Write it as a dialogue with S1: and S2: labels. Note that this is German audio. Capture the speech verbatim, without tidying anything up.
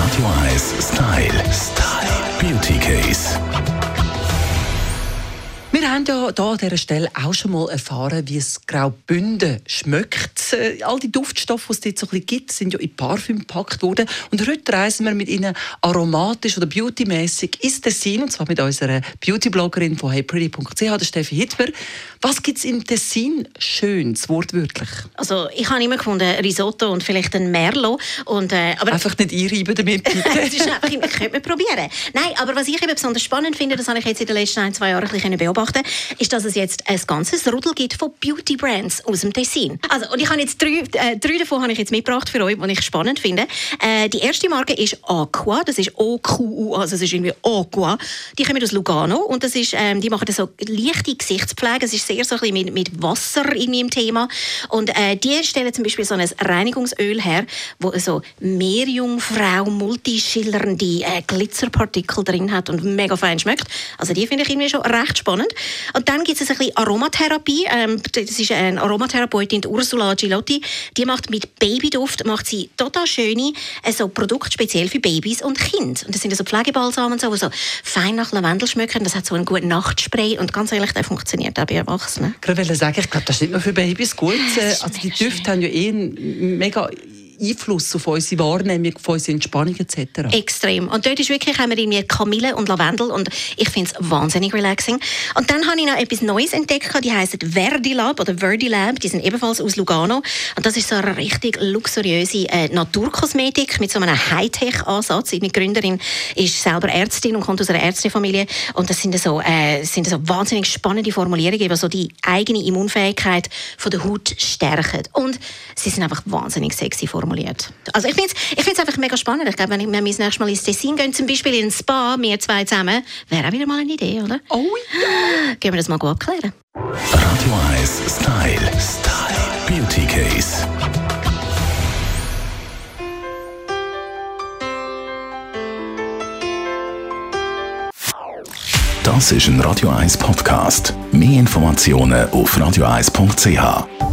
S1: Radio eins Style. Style. Beauty Case.
S2: Wir haben ja hier an dieser Stelle auch schon mal erfahren, wie es Graubünden schmeckt. All die Duftstoffe, die es dort so ein bisschen gibt, sind ja in Parfüm gepackt worden. Und heute reisen wir mit ihnen aromatisch oder beautymässig ins Tessin, und zwar mit unserer Beauty-Bloggerin von hey pretty punkt c h, der Steffi Hitber. Was gibt es im Tessin Schönes, wortwörtlich?
S3: Also ich habe immer gefunden, Risotto und vielleicht ein Merlot. Und, äh, aber
S2: einfach nicht einreiben damit, bitte.
S3: Das ist einfach, ich könnte man probieren. Nein, aber was ich eben besonders spannend finde, das habe ich jetzt in den letzten ein, zwei Jahren ein bisschen beobachten, ist, dass es jetzt ein ganzes Rudel gibt von Beauty-Brands aus dem Tessin. Also, und ich habe jetzt drei, äh, drei davon habe ich jetzt mitgebracht für euch, die ich spannend finde. Äh, die erste Marke ist Aqua, das ist O Q U, also es ist irgendwie Aqua. Die kommen aus Lugano und das ist, ähm, die machen das so leichte Gesichtspflege. Es ist sehr so ein bisschen mit, mit Wasser irgendwie im Thema. Und äh, die stellen zum Beispiel so ein Reinigungsöl her, wo so Meerjungfrau multischillernde äh, Glitzerpartikel drin hat und mega fein schmeckt. Also die finde ich irgendwie schon recht spannend. Und dann gibt es ein bisschen Aromatherapie. Ähm, das ist eine Aromatherapeutin, Ursula Gilotti. Die macht mit Babyduft macht sie total schöne also Produkte speziell für Babys und Kinder. Und das sind so Pflegebalsame und so, die so fein nach Lavendel schmecken. Das hat so einen guten Nachtspray und ganz ehrlich, der funktioniert auch bei Erwachsenen.
S2: Ich wollte sagen, ich glaube, das ist nicht nur für Babys gut. Also die Düfte haben ja eh einen mega Einfluss auf unsere Wahrnehmung, auf unsere Entspannung et cetera.
S3: Extrem. Und dort ist wirklich, haben wir irgendwie Kamille und Lavendel und ich finde es wahnsinnig relaxing. Und dann habe ich noch etwas Neues entdeckt, die heissen Verdilab oder Verdilab, die sind ebenfalls aus Lugano und das ist so eine richtig luxuriöse äh, Naturkosmetik mit so einem Hightech-Ansatz. Die Gründerin ist selber Ärztin und kommt aus einer Ärztefamilie und das sind so, äh, sind so wahnsinnig spannende Formulierungen, die so die eigene Immunfähigkeit von der Haut stärken. Und sie sind einfach wahnsinnig sexy formuliert. Also ich finde es ich einfach mega spannend. Ich glaube, wenn wir das nächste Mal ins Tessin gehen, zum Beispiel in ein Spa, wir zwei zusammen, wäre auch wieder mal eine Idee, oder?
S2: Oh ja!
S3: Gehen wir das mal gut abklären.
S1: Radio eins Style. Style. Beauty Case. Das ist ein Radio eins Podcast. Mehr Informationen auf radio eins punkt c h.